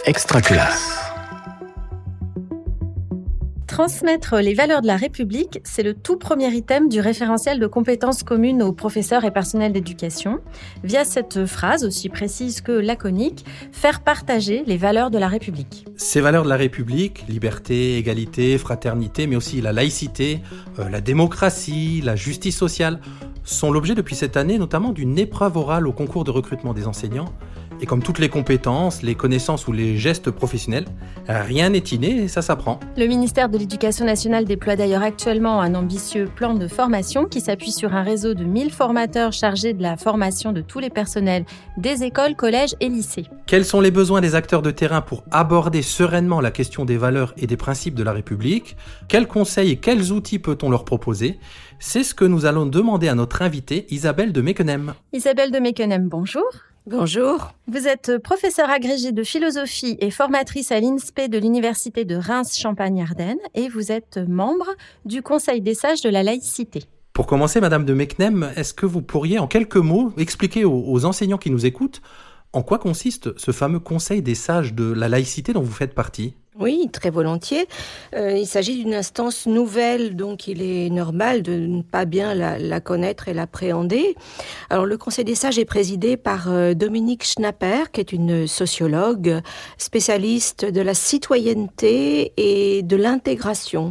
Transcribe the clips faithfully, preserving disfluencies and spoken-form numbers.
Extraculasse. Transmettre les valeurs de la République, c'est le tout premier item du référentiel de compétences communes aux professeurs et personnels d'éducation. Via cette phrase, aussi précise que laconique, faire partager les valeurs de la République. Ces valeurs de la République, liberté, égalité, fraternité, mais aussi la laïcité, euh, la démocratie, la justice sociale, sont l'objet depuis cette année notamment d'une épreuve orale au concours de recrutement des enseignants. Et comme toutes les compétences, les connaissances ou les gestes professionnels, rien n'est inné et ça s'apprend. Le ministère de l'Éducation nationale déploie d'ailleurs actuellement un ambitieux plan de formation qui s'appuie sur un réseau de mille formateurs chargés de la formation de tous les personnels des écoles, collèges et lycées. Quels sont les besoins des acteurs de terrain pour aborder sereinement la question des valeurs et des principes de la République ? Quels conseils et quels outils peut-on leur proposer ? C'est ce que nous allons demander à notre invitée Isabelle de Mecquenem. Isabelle de Mecquenem, bonjour. Bonjour. Vous êtes professeure agrégée de philosophie et formatrice à l'I N S P de l'Université de Reims-Champagne-Ardenne et vous êtes membre du Conseil des sages de la laïcité. Pour commencer, Madame de Mecquenem, est-ce que vous pourriez en quelques mots expliquer aux, aux enseignants qui nous écoutent en quoi consiste ce fameux Conseil des sages de la laïcité dont vous faites partie ? Oui, très volontiers. Euh, il s'agit d'une instance nouvelle, donc il est normal de ne pas bien la, la connaître et l'appréhender. Alors, le Conseil des sages est présidé par euh, Dominique Schnapper, qui est une sociologue spécialiste de la citoyenneté et de l'intégration.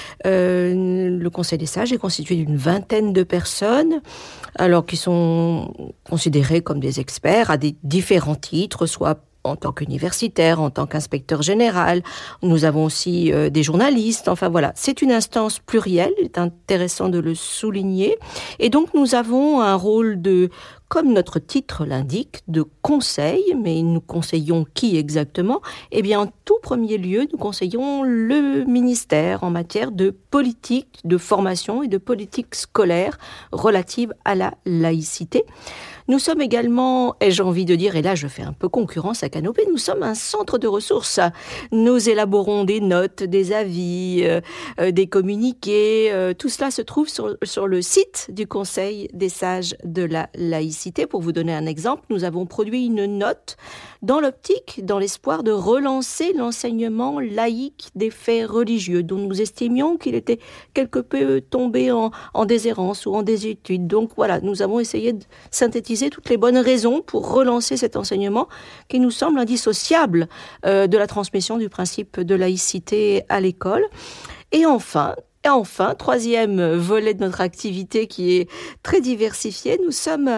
Euh, le Conseil des sages est constitué d'une vingtaine de personnes, alors qui sont considérées comme des experts à des différents titres, soit en tant qu'universitaire, en tant qu'inspecteur général. Nous avons aussi euh, des journalistes. Enfin voilà, c'est une instance plurielle, il est intéressant de le souligner. Et donc nous avons un rôle de, comme notre titre l'indique, de conseil. Mais nous conseillons qui exactement ? Eh bien, en tout premier lieu, nous conseillons le ministère en matière de politique de formation et de politique scolaire relative à la laïcité. Nous sommes également, ai-je envie de dire, et là je fais un peu concurrence à Canopé, nous sommes un centre de ressources. Nous élaborons des notes, des avis, euh, euh, des communiqués. Euh, tout cela se trouve sur, sur le site du Conseil des sages de la laïcité. Pour vous donner un exemple, nous avons produit une note dans l'optique, dans l'espoir de relancer l'enseignement laïque des faits religieux, dont nous estimions qu'il était quelque peu tombé en, en déshérence ou en désuétude. Donc voilà, nous avons essayé de synthétiser toutes les bonnes raisons pour relancer cet enseignement qui nous semble indissociable euh, de la transmission du principe de laïcité à l'école. Et enfin, Et enfin, troisième volet de notre activité qui est très diversifié, nous sommes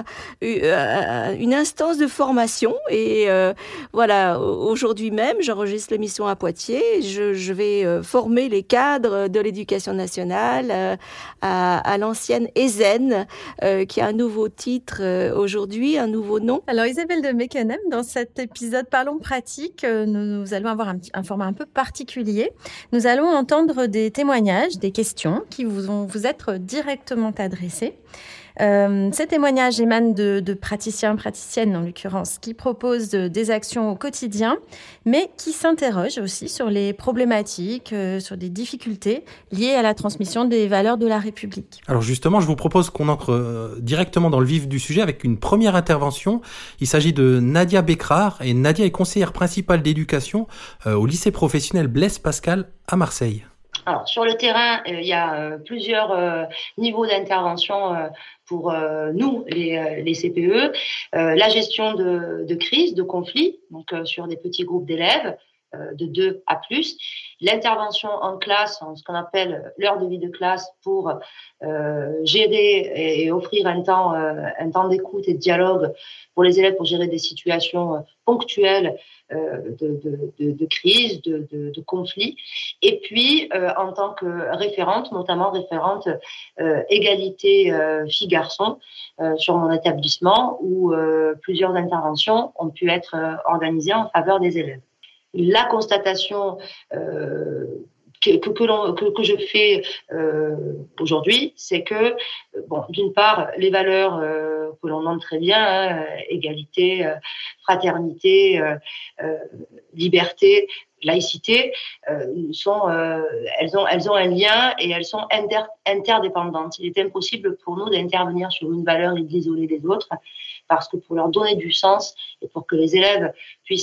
une instance de formation et euh, voilà, aujourd'hui même, j'enregistre l'émission à Poitiers, je, je vais former les cadres de l'éducation nationale euh, à, à l'ancienne Ezen, euh, qui a un nouveau titre euh, aujourd'hui, un nouveau nom. Alors Isabelle de Mecquenem, dans cet épisode Parlons pratique, euh, nous, nous allons avoir un, petit, un format un peu particulier. Nous allons entendre des témoignages, des questions qui vous vont vous être directement adressées. Euh, ces témoignages émanent de, de praticiens, praticiennes en l'occurrence, qui proposent des actions au quotidien, mais qui s'interrogent aussi sur les problématiques, euh, sur des difficultés liées à la transmission des valeurs de la République. Alors justement, je vous propose qu'on entre euh, directement dans le vif du sujet avec une première intervention. Il s'agit de Nadia Becrar, et Nadia est conseillère principale d'éducation euh, au lycée professionnel Blaise Pascal à Marseille. Alors, sur le terrain, euh, il y a euh, plusieurs euh, niveaux d'intervention euh, pour euh, nous, les, euh, les C P E. Euh, la gestion de, de crise, de conflits, donc euh, sur des petits groupes d'élèves, euh, de deux à plus. L'intervention en classe, en ce qu'on appelle l'heure de vie de classe, pour euh, gérer et, et offrir un temps, euh, un temps d'écoute et de dialogue pour les élèves, pour gérer des situations ponctuelles euh, de, de, de, de crise, de, de, de conflit. Et puis, euh, en tant que référente, notamment référente euh, égalité euh, filles-garçons euh, sur mon établissement, où euh, plusieurs interventions ont pu être euh, organisées en faveur des élèves. La constatation euh, que, que, que, l'on, que, que je fais euh, aujourd'hui, c'est que, bon, d'une part, les valeurs euh, que l'on nomme très bien, hein, égalité, euh, fraternité, euh, euh, liberté, laïcité, euh, sont, euh, elles ont, elles ont un lien et elles sont inter, interdépendantes. Il est impossible pour nous d'intervenir sur une valeur et de l'isoler des autres, parce que pour leur donner du sens et pour que les élèves puissent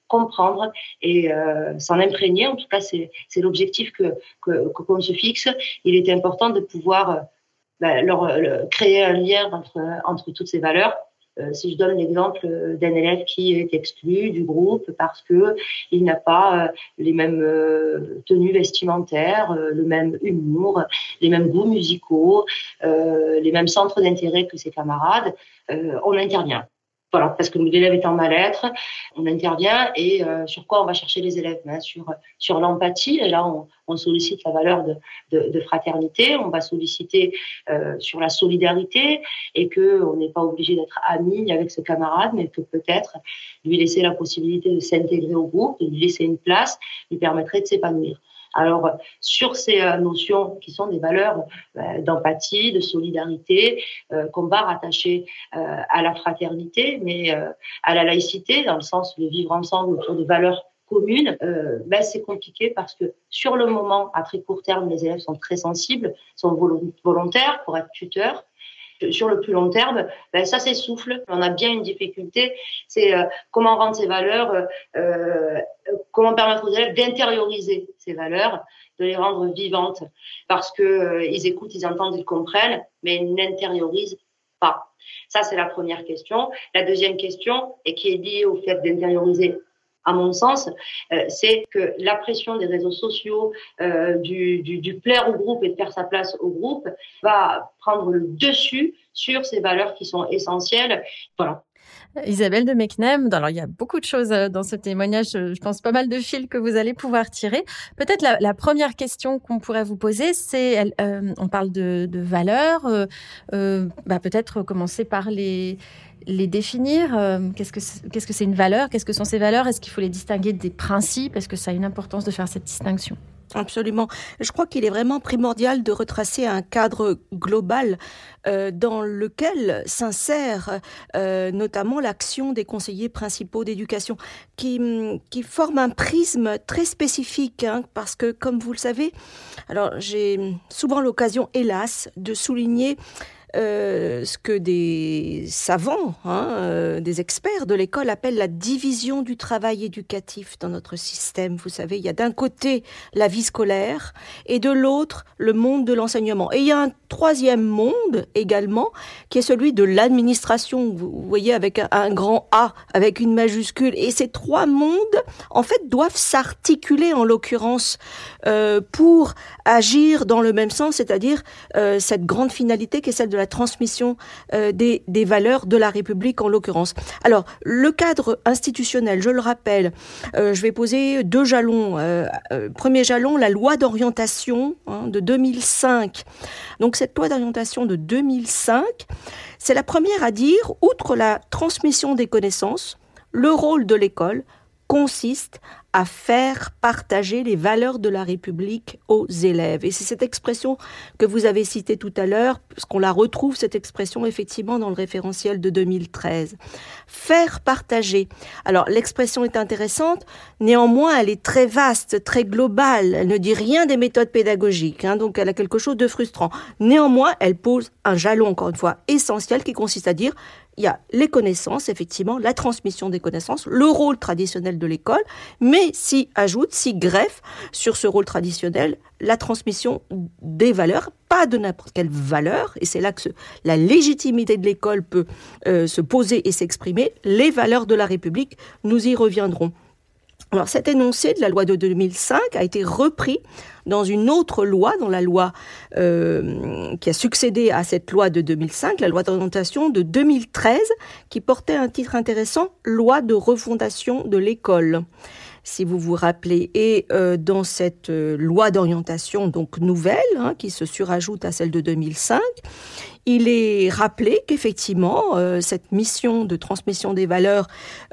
comprendre et euh, s'en imprégner. En tout cas, c'est, c'est l'objectif que, que, que qu'on se fixe. Il est important de pouvoir euh, ben, leur, leur créer un lien entre, entre toutes ces valeurs. Euh, si je donne l'exemple d'un élève qui est exclu du groupe parce que il n'a pas euh, les mêmes euh, tenues vestimentaires, euh, le même humour, les mêmes goûts musicaux, euh, les mêmes centres d'intérêt que ses camarades, euh, on intervient. Voilà, parce que l'élève est en mal-être, on intervient et euh, sur quoi on va chercher les élèves, hein, sur sur l'empathie. Et là, on, on sollicite la valeur de, de, de fraternité. On va solliciter euh, sur la solidarité et que on n'est pas obligé d'être ami avec ce camarade, mais que peut-être lui laisser la possibilité de s'intégrer au groupe, de lui laisser une place, lui permettrait de s'épanouir. Alors, sur ces euh, notions qui sont des valeurs euh, d'empathie, de solidarité, euh, qu'on va rattacher euh, à la fraternité, mais euh, à la laïcité, dans le sens de vivre ensemble autour de valeurs communes, euh, ben, c'est compliqué parce que sur le moment, à très court terme, les élèves sont très sensibles, sont volontaires pour être tuteurs. Sur le plus long terme, ben ça s'essouffle. On a bien une difficulté, c'est euh, comment rendre ces valeurs, euh, euh, comment permettre aux élèves d'intérioriser ces valeurs, de les rendre vivantes, parce que euh, ils écoutent, ils entendent, ils comprennent, mais ils n'intériorisent pas. Ça, c'est la première question. La deuxième question, et qui est liée au fait d'intérioriser, à mon sens, euh, c'est que la pression des réseaux sociaux, euh, du, du, du plaire au groupe et de faire sa place au groupe va prendre le dessus sur ces valeurs qui sont essentielles. Voilà. Isabelle de Mecnem, alors il y a beaucoup de choses dans ce témoignage, je pense pas mal de fils que vous allez pouvoir tirer. Peut-être la, la première question qu'on pourrait vous poser, c'est, euh, on parle de, de valeurs, euh, euh, bah peut-être commencer par les... les définir, euh, qu'est-ce que c'est, qu'est-ce que c'est une valeur, qu'est-ce que sont ces valeurs, est-ce qu'il faut les distinguer des principes, est-ce que ça a une importance de faire cette distinction ? Absolument. Je crois qu'il est vraiment primordial de retracer un cadre global euh, dans lequel s'insère euh, notamment l'action des conseillers principaux d'éducation qui, qui forme un prisme très spécifique hein, parce que, comme vous le savez, alors j'ai souvent l'occasion, hélas, de souligner Euh, ce que des savants, hein, euh, des experts de l'école appellent la division du travail éducatif dans notre système. Vous savez, il y a d'un côté la vie scolaire et de l'autre le monde de l'enseignement. Et il y a un troisième monde également qui est celui de l'administration. Vous voyez, avec un, un grand A, avec une majuscule. Et ces trois mondes, en fait, doivent s'articuler en l'occurrence euh, pour agir dans le même sens, c'est-à-dire euh, cette grande finalité qui est celle de la transmission euh, des, des valeurs de la République en l'occurrence. Alors, le cadre institutionnel, je le rappelle, euh, je vais poser deux jalons. Euh, euh, premier jalon, la loi d'orientation hein, de deux mille cinq. Donc, cette loi d'orientation de deux mille cinq, c'est la première à dire, outre la transmission des connaissances, le rôle de l'école consiste à faire partager les valeurs de la République aux élèves. Et c'est cette expression que vous avez citée tout à l'heure, parce qu'on la retrouve, cette expression, effectivement, dans le référentiel de deux mille treize. Faire partager. Alors, l'expression est intéressante, néanmoins, elle est très vaste, très globale. Elle ne dit rien des méthodes pédagogiques, hein, donc elle a quelque chose de frustrant. Néanmoins, elle pose un jalon, encore une fois, essentiel, qui consiste à dire il y a les connaissances, effectivement, la transmission des connaissances, le rôle traditionnel de l'école, mais s'y ajoute, s'y greffe sur ce rôle traditionnel, la transmission des valeurs, pas de n'importe quelle valeur, et c'est là que ce, la légitimité de l'école peut euh, se poser et s'exprimer, les valeurs de la République, nous y reviendrons. Alors cet énoncé de la loi de deux mille cinq a été repris dans une autre loi, dans la loi euh, qui a succédé à cette loi de deux mille cinq, la loi d'orientation de deux mille treize, qui portait un titre intéressant, loi de refondation de l'école. Si vous vous rappelez, et euh, dans cette euh, loi d'orientation donc nouvelle, hein, qui se surajoute à celle de deux mille cinq, il est rappelé qu'effectivement euh, cette mission de transmission des valeurs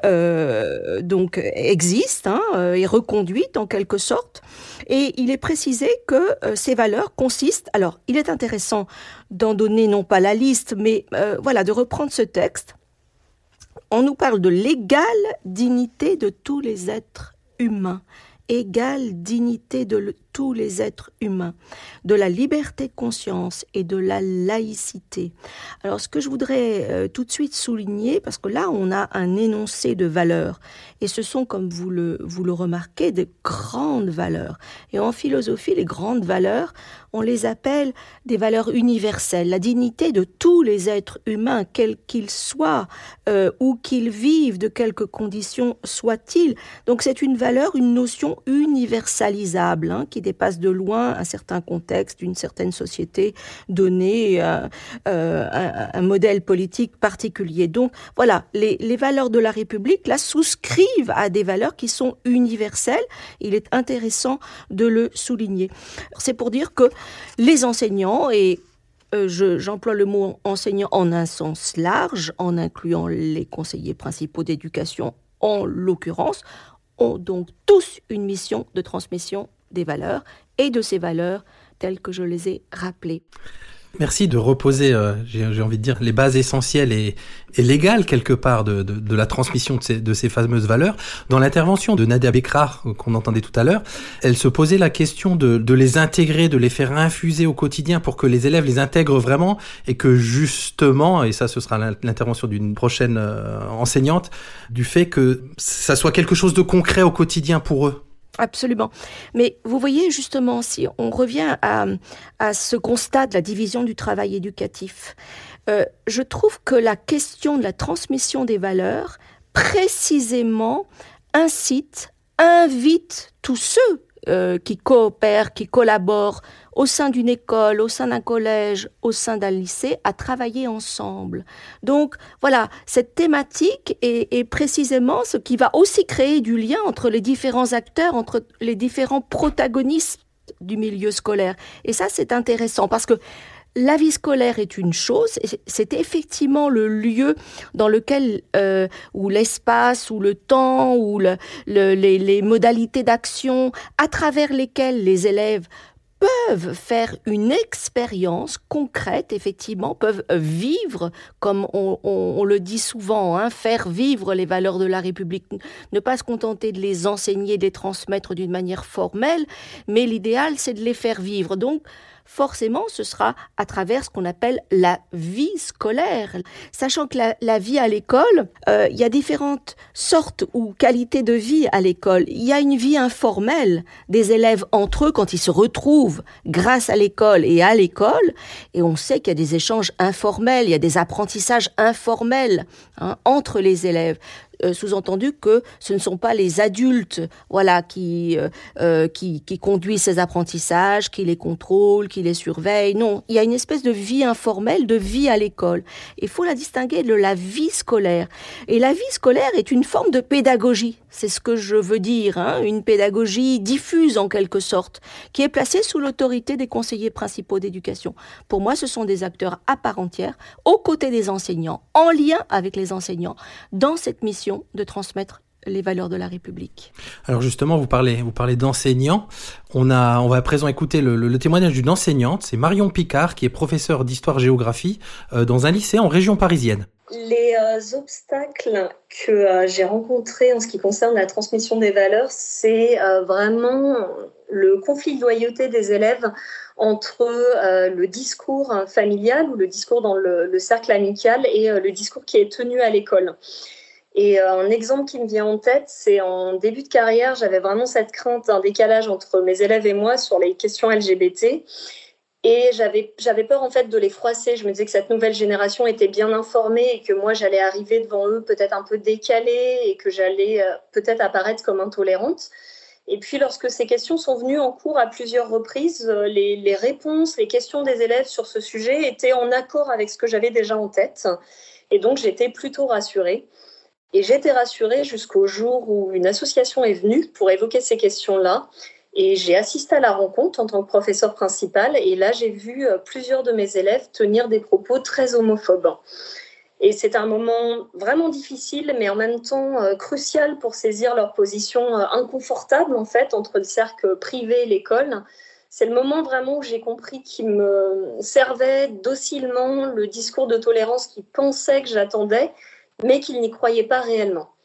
euh, donc existe, hein, euh, est reconduite en quelque sorte, et il est précisé que euh, ces valeurs consistent. Alors, il est intéressant d'en donner non pas la liste, mais euh, voilà, de reprendre ce texte. On nous parle de l'égale dignité de tous les êtres humain, égale dignité de le, tous les êtres humains, de la liberté de conscience et de la laïcité. Alors ce que je voudrais euh, tout de suite souligner, parce que là on a un énoncé de valeurs, et ce sont, comme vous le, vous le remarquez, de grandes valeurs. Et en philosophie, les grandes valeurs, on les appelle des valeurs universelles. La dignité de tous les êtres humains, quels qu'ils soient, euh, où qu'ils vivent, de quelque conditions soient-ils. Donc c'est une valeur, une notion universalisable, hein, qui dépasse de loin un certain contexte, une certaine société donnée, euh, euh, un, un modèle politique particulier. Donc voilà, les, les valeurs de la République, là, souscrivent à des valeurs qui sont universelles. Il est intéressant de le souligner. C'est pour dire que les enseignants, et euh, je, j'emploie le mot enseignant en un sens large, en incluant les conseillers principaux d'éducation en l'occurrence, ont donc tous une mission de transmission des valeurs et de ces valeurs telles que je les ai rappelées. Merci de reposer, euh, j'ai, j'ai envie de dire, les bases essentielles et, et légales, quelque part, de, de, de la transmission de ces, de ces fameuses valeurs. Dans l'intervention de Nadia Bekrar, qu'on entendait tout à l'heure, elle se posait la question de, de les intégrer, de les faire infuser au quotidien pour que les élèves les intègrent vraiment et que justement, et ça ce sera l'intervention d'une prochaine euh, enseignante, du fait que ça soit quelque chose de concret au quotidien pour eux. Absolument. Mais vous voyez, justement, si on revient à, à ce constat de la division du travail éducatif, euh, je trouve que la question de la transmission des valeurs, précisément, incite, invite tous ceux euh, qui coopèrent, qui collaborent au sein d'une école, au sein d'un collège, au sein d'un lycée, à travailler ensemble. Donc voilà, cette thématique est, est précisément ce qui va aussi créer du lien entre les différents acteurs, entre les différents protagonistes du milieu scolaire. Et ça, c'est intéressant parce que la vie scolaire est une chose, c'est effectivement le lieu dans lequel, euh, où l'espace, où le temps, où le, le, les, les modalités d'action, à travers lesquelles les élèves peuvent faire une expérience concrète, effectivement, peuvent vivre, comme on, on, on le dit souvent, hein, faire vivre les valeurs de la République, ne pas se contenter de les enseigner, de les transmettre d'une manière formelle, mais l'idéal, c'est de les faire vivre. Donc, forcément, ce sera à travers ce qu'on appelle la vie scolaire. Sachant que la, la vie à l'école, euh, il y a différentes sortes ou qualités de vie à l'école. Il y a une vie informelle des élèves entre eux quand ils se retrouvent grâce à l'école et à l'école. Et on sait qu'il y a des échanges informels, il y a des apprentissages informels, hein, entre les élèves. Euh, sous-entendu que ce ne sont pas les adultes, voilà, qui, euh, qui, qui conduisent ces apprentissages, qui les contrôlent, qui les surveillent. Non, il y a une espèce de vie informelle, de vie à l'école. Il faut la distinguer de la vie scolaire. Et la vie scolaire est une forme de pédagogie. C'est ce que je veux dire, hein, une pédagogie diffuse en quelque sorte, qui est placée sous l'autorité des conseillers principaux d'éducation. Pour moi, ce sont des acteurs à part entière, aux côtés des enseignants, en lien avec les enseignants, dans cette mission de transmettre les valeurs de la République. Alors justement, vous parlez, vous parlez d'enseignants. On a, on va à présent écouter le, le, le témoignage d'une enseignante. C'est Marion Picard, qui est professeure d'histoire-géographie euh, dans un lycée en région parisienne. Les euh, obstacles que euh, j'ai rencontrés en ce qui concerne la transmission des valeurs, c'est euh, vraiment le conflit de loyauté des élèves entre euh, le discours familial ou le discours dans le, le cercle amical et euh, le discours qui est tenu à l'école. Et euh, un exemple qui me vient en tête, c'est en début de carrière, j'avais vraiment cette crainte d'un décalage entre mes élèves et moi sur les questions L G B T. Et j'avais, j'avais peur en fait de les froisser. Je me disais que cette nouvelle génération était bien informée et que moi j'allais arriver devant eux peut-être un peu décalée et que j'allais euh, peut-être apparaître comme intolérante. Et puis lorsque ces questions sont venues en cours à plusieurs reprises, euh, les, les réponses, les questions des élèves sur ce sujet étaient en accord avec ce que j'avais déjà en tête. Et donc j'étais plutôt rassurée. Et j'étais rassurée jusqu'au jour où une association est venue pour évoquer ces questions-là. Et j'ai assisté à la rencontre en tant que professeure principale. Et là, j'ai vu plusieurs de mes élèves tenir des propos très homophobes. Et c'est un moment vraiment difficile, mais en même temps euh, crucial pour saisir leur position euh, inconfortable, en fait, entre le cercle privé et l'école. C'est le moment vraiment où j'ai compris qu'il me servait docilement le discours de tolérance qu'ils pensaient que j'attendais, mais qu'ils n'y croyaient pas réellement.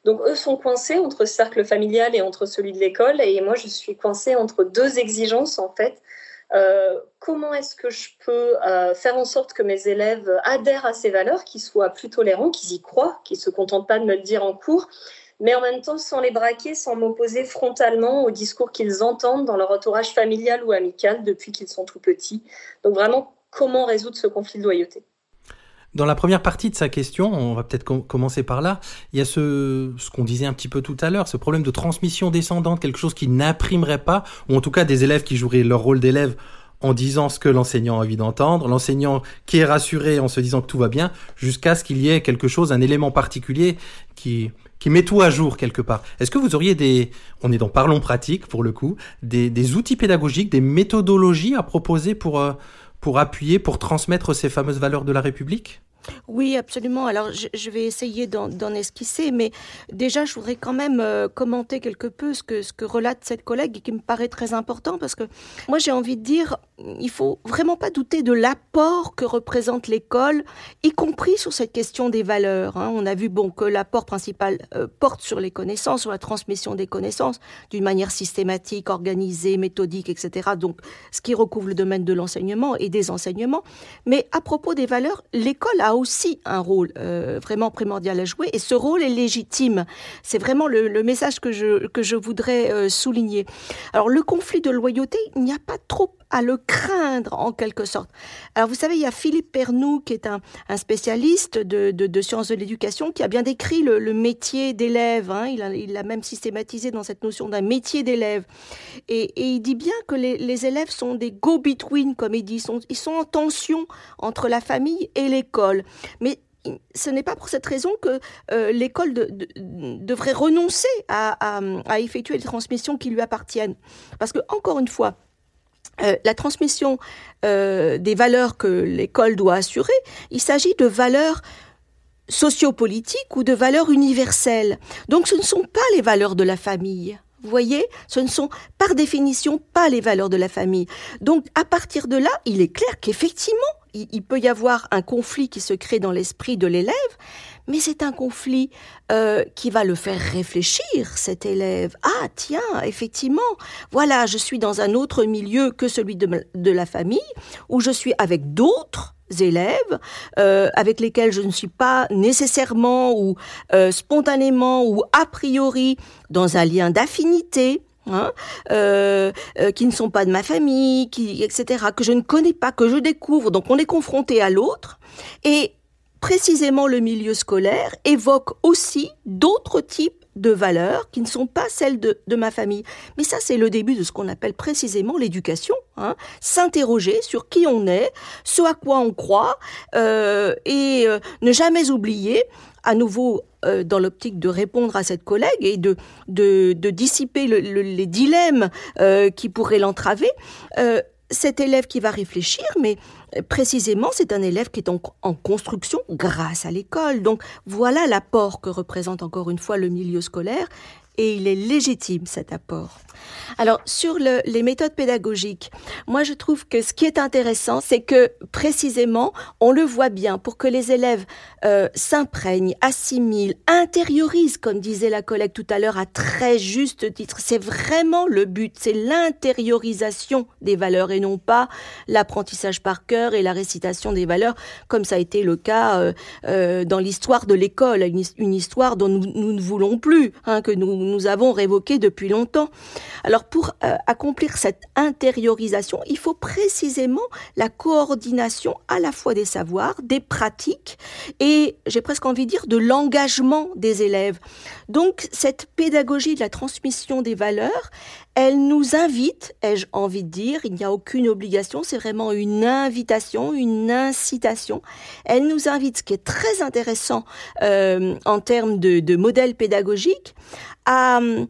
Donc, eux sont coincés entre ce cercle familial et entre celui de l'école. Et moi, je suis coincée entre deux exigences, en fait. Euh, comment est-ce que je peux euh, faire en sorte que mes élèves adhèrent à ces valeurs, qu'ils soient plus tolérants, qu'ils y croient, qu'ils ne se contentent pas de me le dire en cours, mais en même temps sans les braquer, sans m'opposer frontalement aux discours qu'ils entendent dans leur entourage familial ou amical depuis qu'ils sont tout petits. Donc vraiment, comment résoudre ce conflit de loyauté ? Dans la première partie de sa question, on va peut-être com- commencer par là, il y a ce, ce qu'on disait un petit peu tout à l'heure, ce problème de transmission descendante, quelque chose qui n'imprimerait pas, ou en tout cas des élèves qui joueraient leur rôle d'élève en disant ce que l'enseignant a envie d'entendre, l'enseignant qui est rassuré en se disant que tout va bien, jusqu'à ce qu'il y ait quelque chose, un élément particulier qui, qui met tout à jour quelque part. Est-ce que vous auriez des, on est dans Parlons pratique pour le coup, des, des outils pédagogiques, des méthodologies à proposer pour... Euh, pour appuyer, pour transmettre ces fameuses valeurs de la République ? Oui, absolument. Alors, je, je vais essayer d'en, d'en esquisser, mais déjà, je voudrais quand même euh, commenter quelque peu ce que, ce que relate cette collègue et qui me paraît très important, parce que moi, j'ai envie de dire, il faut vraiment pas douter de l'apport que représente l'école, y compris sur cette question des valeurs. Hein. On a vu bon que l'apport principal euh, porte sur les connaissances, sur la transmission des connaissances, d'une manière systématique, organisée, méthodique, et cetera. Donc, ce qui recouvre le domaine de l'enseignement et des enseignements. Mais à propos des valeurs, l'école a aussi un rôle euh, vraiment primordial à jouer, et ce rôle est légitime. C'est vraiment le, le message que je, que je voudrais euh, souligner. Alors, le conflit de loyauté, il n'y a pas trop à le craindre, en quelque sorte. Alors, vous savez, il y a Philippe Pernoud, qui est un, un spécialiste de, de, de sciences de l'éducation, qui a bien décrit le, le métier d'élève. Hein. Il a, il l'a même systématisé dans cette notion d'un métier d'élève. Et, et il dit bien que les, les élèves sont des go-between, comme il dit. Ils sont, ils sont en tension entre la famille et l'école. Mais ce n'est pas pour cette raison que euh, l'école de, de, devrait renoncer à, à, à effectuer les transmissions qui lui appartiennent. Parce que, encore une fois, Euh, la transmission euh, des valeurs que l'école doit assurer, il s'agit de valeurs sociopolitiques ou de valeurs universelles. Donc ce ne sont pas les valeurs de la famille. Vous voyez, ce ne sont par définition pas les valeurs de la famille. Donc à partir de là, il est clair qu'effectivement, il, il peut y avoir un conflit qui se crée dans l'esprit de l'élève, mais c'est un conflit euh, qui va le faire réfléchir, cet élève. Ah, tiens, effectivement, voilà, je suis dans un autre milieu que celui de, de la famille, où je suis avec d'autres élèves euh, avec lesquels je ne suis pas nécessairement ou euh, spontanément ou a priori dans un lien d'affinité. Hein, euh, euh, qui ne sont pas de ma famille, qui, et cetera, que je ne connais pas, que je découvre. Donc on est confronté à l'autre, et précisément le milieu scolaire évoque aussi d'autres types de valeurs qui ne sont pas celles de, de ma famille. Mais ça, c'est le début de ce qu'on appelle précisément l'éducation. Hein, s'interroger sur qui on est, ce à quoi on croit, euh, et euh, ne jamais oublier, à nouveau euh, dans l'optique de répondre à cette collègue et de, de, de dissiper le, le, les dilemmes euh, qui pourraient l'entraver, euh, cet élève qui va réfléchir, mais précisément, c'est un élève qui est en, en construction grâce à l'école. Donc, voilà l'apport que représente encore une fois le milieu scolaire, et il est légitime, cet apport. Alors, sur le, les méthodes pédagogiques, moi, je trouve que ce qui est intéressant, c'est que, précisément, on le voit bien, pour que les élèves euh, s'imprègnent, assimilent, intériorisent, comme disait la collègue tout à l'heure, à très juste titre. C'est vraiment le but, c'est l'intériorisation des valeurs, et non pas l'apprentissage par cœur et la récitation des valeurs, comme ça a été le cas euh, euh, dans l'histoire de l'école, une, une histoire dont nous, nous ne voulons plus, hein, que nous, nous avons révoquée depuis longtemps. Alors, pour euh, accomplir cette intériorisation, il faut précisément la coordination à la fois des savoirs, des pratiques et, j'ai presque envie de dire, de l'engagement des élèves. Donc, cette pédagogie de la transmission des valeurs, elle nous invite, ai-je envie de dire, il n'y a aucune obligation, c'est vraiment une invitation, une incitation. Elle nous invite, ce qui est très intéressant euh, en termes de, de modèle pédagogique, à euh,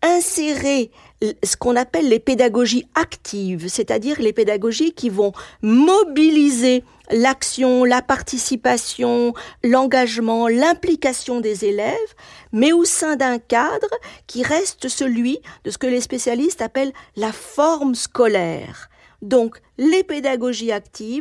insérer ce qu'on appelle les pédagogies actives, c'est-à-dire les pédagogies qui vont mobiliser l'action, la participation, l'engagement, l'implication des élèves, mais au sein d'un cadre qui reste celui de ce que les spécialistes appellent la forme scolaire. Donc, les pédagogies actives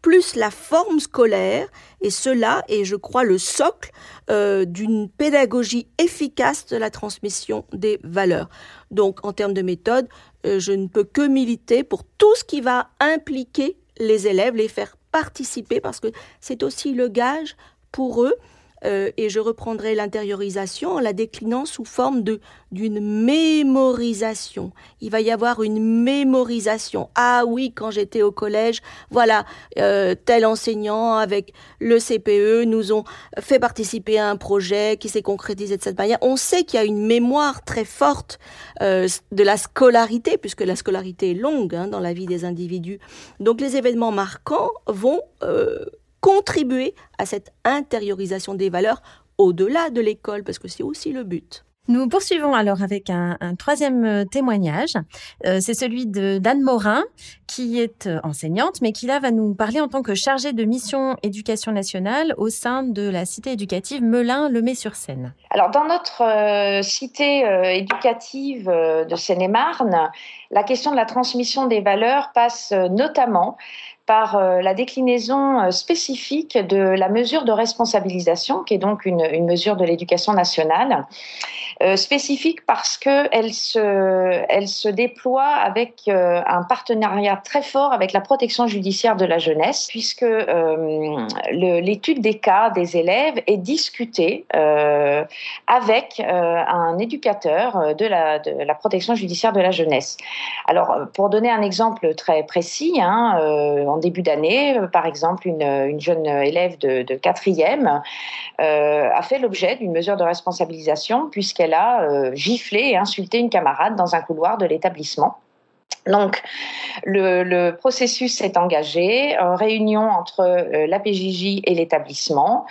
plus la forme scolaire, et cela est, je crois, le socle euh, d'une pédagogie efficace de la transmission des valeurs. Donc, en termes de méthode, euh, je ne peux que militer pour tout ce qui va impliquer les élèves, les faire participer, parce que c'est aussi le gage pour eux. Euh, et je reprendrai l'intériorisation en la déclinant sous forme de, d'une mémorisation. Il va y avoir une mémorisation. Ah oui, quand j'étais au collège, voilà, euh, tel enseignant avec le C P E nous ont fait participer à un projet qui s'est concrétisé de cette manière. On sait qu'il y a une mémoire très forte euh, de la scolarité, puisque la scolarité est longue hein, dans la vie des individus. Donc les événements marquants vont euh, contribuer à cette intériorisation des valeurs au-delà de l'école, parce que c'est aussi le but. Nous poursuivons alors avec un, un troisième témoignage. Euh, c'est celui de d'Anne Morin, qui est enseignante, mais qui là va nous parler en tant que chargée de mission éducation nationale au sein de la cité éducative Melun-Lemay-sur-Seine. Alors, dans notre euh, cité euh, éducative euh, de Seine-et-Marne, la question de la transmission des valeurs passe euh, notamment par euh, la déclinaison euh, spécifique de la mesure de responsabilisation, qui est donc une, une mesure de l'éducation nationale, euh, spécifique parce qu'elle se, elle se déploie avec euh, un partenariat très fort avec la protection judiciaire de la jeunesse, puisque euh, le, l'étude des cas des élèves est discutée euh, avec euh, un éducateur de la, de la protection judiciaire de la jeunesse. Alors, pour donner un exemple très précis, hein, euh, en début d'année, par exemple, une, une jeune élève de, de quatrième euh, a fait l'objet d'une mesure de responsabilisation puisqu'elle a euh, giflé et insulté une camarade dans un couloir de l'établissement. Donc, le, le processus s'est engagé, en réunion entre euh, la P J J et l'établissement,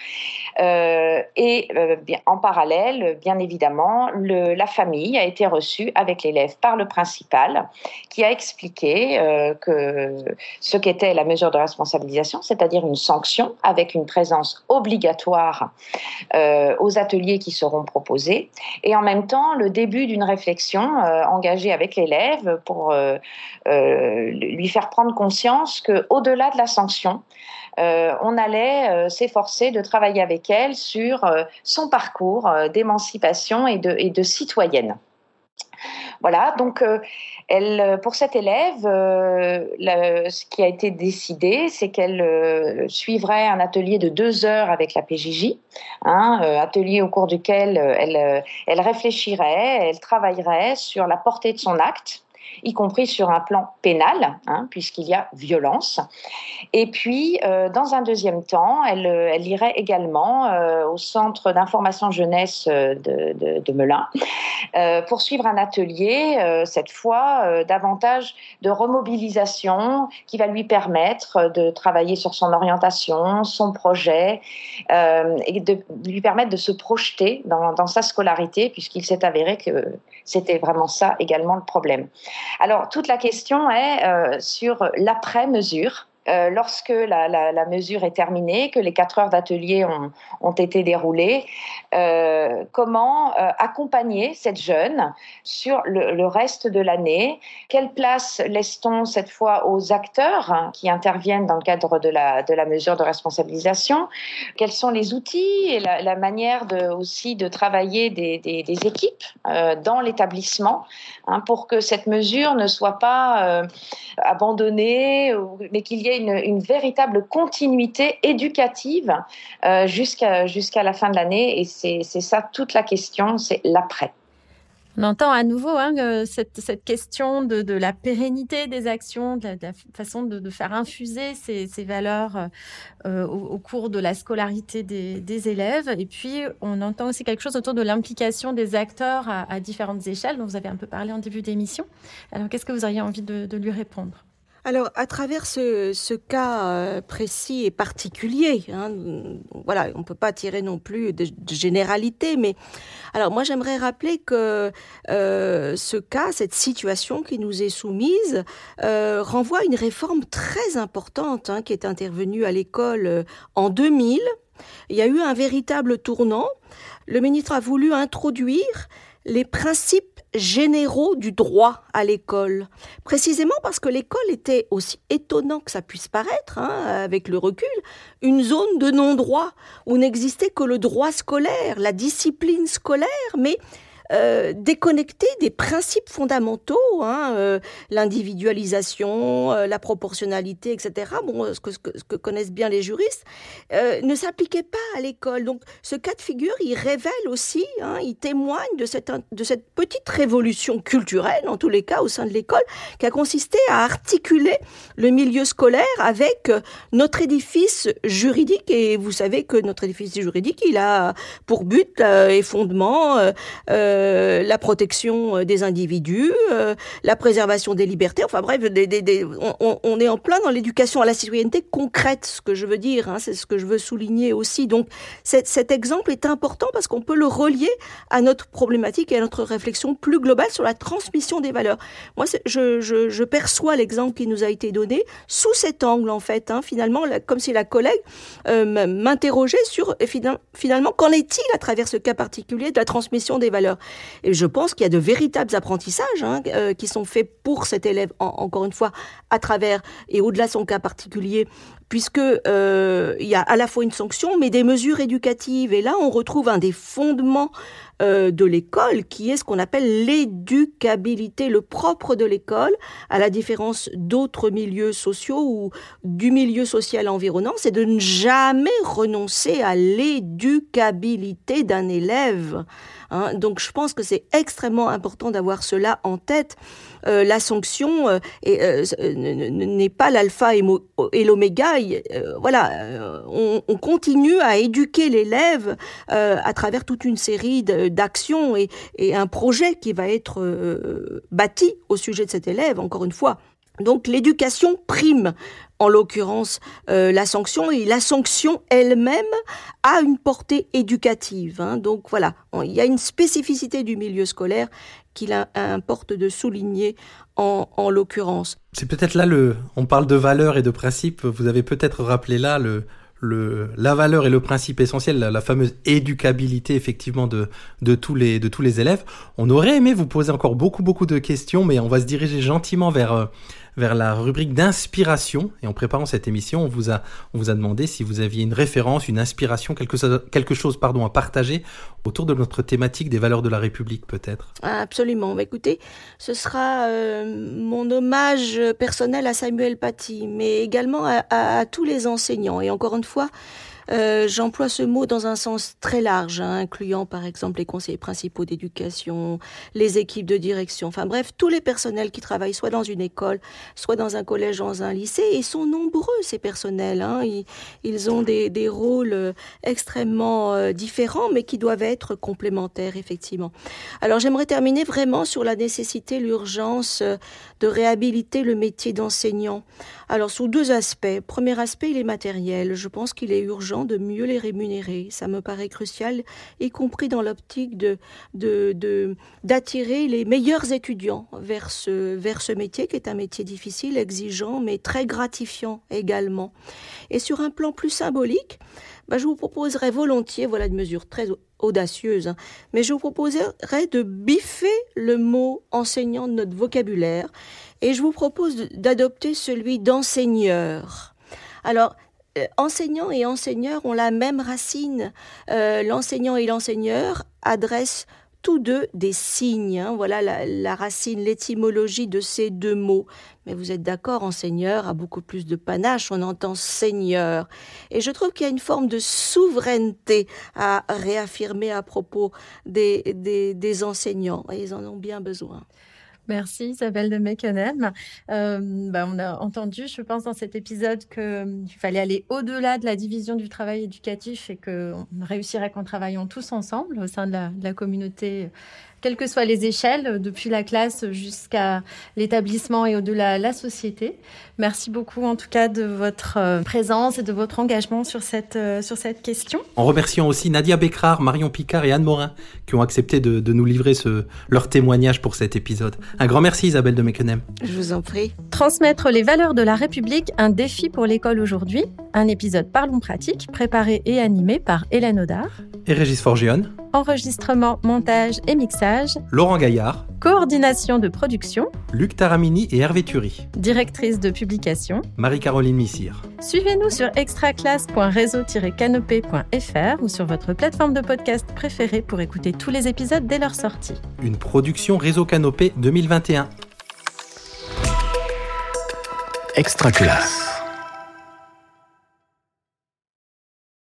euh, et euh, bien, en parallèle, bien évidemment, le, la famille a été reçue avec l'élève par le principal, qui a expliqué euh, que ce qu'était la mesure de responsabilisation, c'est-à-dire une sanction avec une présence obligatoire euh, aux ateliers qui seront proposés, et en même temps, le début d'une réflexion euh, engagée avec l'élève pour euh, Euh, lui faire prendre conscience qu'au-delà de la sanction, euh, on allait euh, s'efforcer de travailler avec elle sur euh, son parcours euh, d'émancipation et de, et de citoyenne. Voilà, donc euh, elle, pour cette élève, euh, la, ce qui a été décidé, c'est qu'elle euh, suivrait un atelier de deux heures avec la P J J, hein, euh, atelier au cours duquel euh, elle, euh, elle réfléchirait, elle travaillerait sur la portée de son acte, y compris sur un plan pénal, hein, puisqu'il y a violence. Et puis, euh, dans un deuxième temps, elle, elle irait également euh, au centre d'information jeunesse de, de, de Melun euh, pour suivre un atelier, euh, cette fois, euh, davantage de remobilisation qui va lui permettre de travailler sur son orientation, son projet, euh, et de lui permettre de se projeter dans, dans sa scolarité, puisqu'il s'est avéré que c'était vraiment ça également le problème. Alors, toute la question est euh, sur l'après-mesure. Euh, lorsque la, la, la mesure est terminée, que les quatre heures d'atelier ont, ont été déroulées, euh, comment euh, accompagner cette jeune sur le, le reste de l'année? Quelle place laisse-t-on cette fois aux acteurs hein, qui interviennent dans le cadre de la, de la mesure de responsabilisation? Quels sont les outils et la, la manière de, aussi de travailler des, des, des équipes euh, dans l'établissement hein, pour que cette mesure ne soit pas euh, abandonnée, mais qu'il y ait Une, une véritable continuité éducative euh, jusqu'à, jusqu'à la fin de l'année. Et c'est, c'est ça toute la question, c'est l'après. On entend à nouveau hein, cette, cette question de, de la pérennité des actions, de la, de la façon de, de faire infuser ces, ces valeurs euh, au, au cours de la scolarité des, des élèves. Et puis, on entend aussi quelque chose autour de l'implication des acteurs à, à différentes échelles, dont vous avez un peu parlé en début d'émission. Alors, qu'est-ce que vous auriez envie de, de lui répondre ? Alors, à travers ce, ce cas euh, précis et particulier, hein, voilà, on ne peut pas tirer non plus de, de généralité, mais alors moi j'aimerais rappeler que euh, ce cas, cette situation qui nous est soumise, euh, renvoie à une réforme très importante hein, qui est intervenue à l'école euh, en deux mille. Il y a eu un véritable tournant. Le ministre a voulu introduire les principes généraux du droit à l'école. Précisément parce que l'école était, aussi étonnant que ça puisse paraître, hein, avec le recul, une zone de non-droit où n'existait que le droit scolaire, la discipline scolaire, mais Euh, déconnecté des principes fondamentaux, hein, euh, l'individualisation, euh, la proportionnalité, et cetera, bon, ce que, ce que, ce que connaissent bien les juristes, euh, ne s'appliquait pas à l'école. Donc ce cas de figure, il révèle aussi, hein, il témoigne de cette, de cette petite révolution culturelle, en tous les cas, au sein de l'école, qui a consisté à articuler le milieu scolaire avec notre édifice juridique. Et vous savez que notre édifice juridique, il a pour but euh, et fondement euh, euh, la protection des individus, euh, la préservation des libertés, enfin bref, des, des, des, on, on est en plein dans l'éducation à la citoyenneté concrète, ce que je veux dire, hein, c'est ce que je veux souligner aussi. Donc cet, cet exemple est important parce qu'on peut le relier à notre problématique et à notre réflexion plus globale sur la transmission des valeurs. Moi, je, je, je perçois l'exemple qui nous a été donné sous cet angle, en fait, hein, finalement, la, comme si la collègue euh, m'interrogeait sur, finalement, qu'en est-il à travers ce cas particulier de la transmission des valeurs ? Et je pense qu'il y a de véritables apprentissages hein, euh, qui sont faits pour cet élève, en, encore une fois, à travers et au-delà de son cas particulier, puisque euh, il y a à la fois une sanction, mais des mesures éducatives. Et là, on retrouve un des fondements euh, de l'école, qui est ce qu'on appelle l'éducabilité, le propre de l'école, à la différence d'autres milieux sociaux ou du milieu social environnant, c'est de ne jamais renoncer à l'éducabilité d'un élève. Hein, donc je pense que c'est extrêmement important d'avoir cela en tête. Euh, la sanction euh, est, euh, n'est pas l'alpha et, mo- et l'oméga. Euh, voilà, euh, on, on continue à éduquer l'élève euh, à travers toute une série de, d'actions et, et un projet qui va être euh, bâti au sujet de cet élève, encore une fois. Donc l'éducation prime, en l'occurrence euh, la sanction, et la sanction elle-même a une portée éducative. Hein. Donc voilà, il y a une spécificité du milieu scolaire qu'il a, importe de souligner en, en l'occurrence. C'est peut-être là, le, on parle de valeurs et de principes, vous avez peut-être rappelé là le... Le, la valeur et le principe essentiel, la, la fameuse éducabilité effectivement de, de, tous les, de tous les élèves. On aurait aimé vous poser encore beaucoup beaucoup de questions, mais on va se diriger gentiment vers, euh, vers la rubrique d'inspiration. Et en préparant cette émission, on vous a, on vous a demandé si vous aviez une référence, une inspiration, quelque chose, quelque chose pardon, à partager autour de notre thématique des valeurs de la République peut-être. Absolument. Bah, écoutez, ce sera euh, mon hommage personnel à Samuel Paty, mais également à, à, à tous les enseignants. Et encore une fois, Euh, j'emploie ce mot dans un sens très large, hein, incluant par exemple les conseillers principaux d'éducation, les équipes de direction, enfin bref, tous les personnels qui travaillent soit dans une école, soit dans un collège, dans un lycée, et sont nombreux ces personnels. Hein, ils, ils ont des, des rôles extrêmement euh, différents, mais qui doivent être complémentaires, effectivement. Alors j'aimerais terminer vraiment sur la nécessité, l'urgence de réhabiliter le métier d'enseignant. Alors sous deux aspects. Premier aspect, il est matériel. Je pense qu'il est urgent de mieux les rémunérer. Ça me paraît crucial, y compris dans l'optique de, de, de, d'attirer les meilleurs étudiants vers ce, vers ce métier, qui est un métier difficile, exigeant, mais très gratifiant également. Et sur un plan plus symbolique, bah, je vous proposerais volontiers, voilà une mesure très audacieuse, hein, mais je vous proposerais de biffer le mot enseignant de notre vocabulaire, et je vous propose d'adopter celui d'enseigneur. Alors, Euh, enseignant et enseigneur ont la même racine. Euh, l'enseignant et l'enseigneur adressent tous deux des signes. Hein. Voilà la, la racine, l'étymologie de ces deux mots. Mais vous êtes d'accord, enseigneur a beaucoup plus de panache, on entend seigneur. Et je trouve qu'il y a une forme de souveraineté à réaffirmer à propos des, des, des enseignants. Et ils en ont bien besoin. Merci Isabelle de Mecquenem. Euh, bah on a entendu, je pense, dans cet épisode qu'il euh, fallait aller au-delà de la division du travail éducatif et qu'on réussirait qu'en travaillant tous ensemble au sein de la, de la communauté, quelles que soient les échelles, depuis la classe jusqu'à l'établissement et au-delà la société. Merci beaucoup en tout cas de votre euh, présence et de votre engagement sur cette, euh, sur cette question. En remerciant aussi Nadia Bekrar, Marion Picard et Anne Morin qui ont accepté de, de nous livrer ce, leur témoignage pour cet épisode. Un grand merci Isabelle de Mecquenem. Je vous en prie. Transmettre les valeurs de la République, un défi pour l'école aujourd'hui. Un épisode Parlons pratique, préparé et animé par Hélène Audard et Régis Forgione. enregistrement, montage et mixage, Laurent Gaillard, coordination de production, Luc Taramini et Hervé Thury, directrice de publication, Marie-Caroline Missire. Suivez-nous sur extraclasse point réseau tiret canopé point f r ou sur votre plateforme de podcast préférée pour écouter tous les épisodes dès leur sortie. Une production Réseau Canopé deux mille vingt et un. Extraclasse.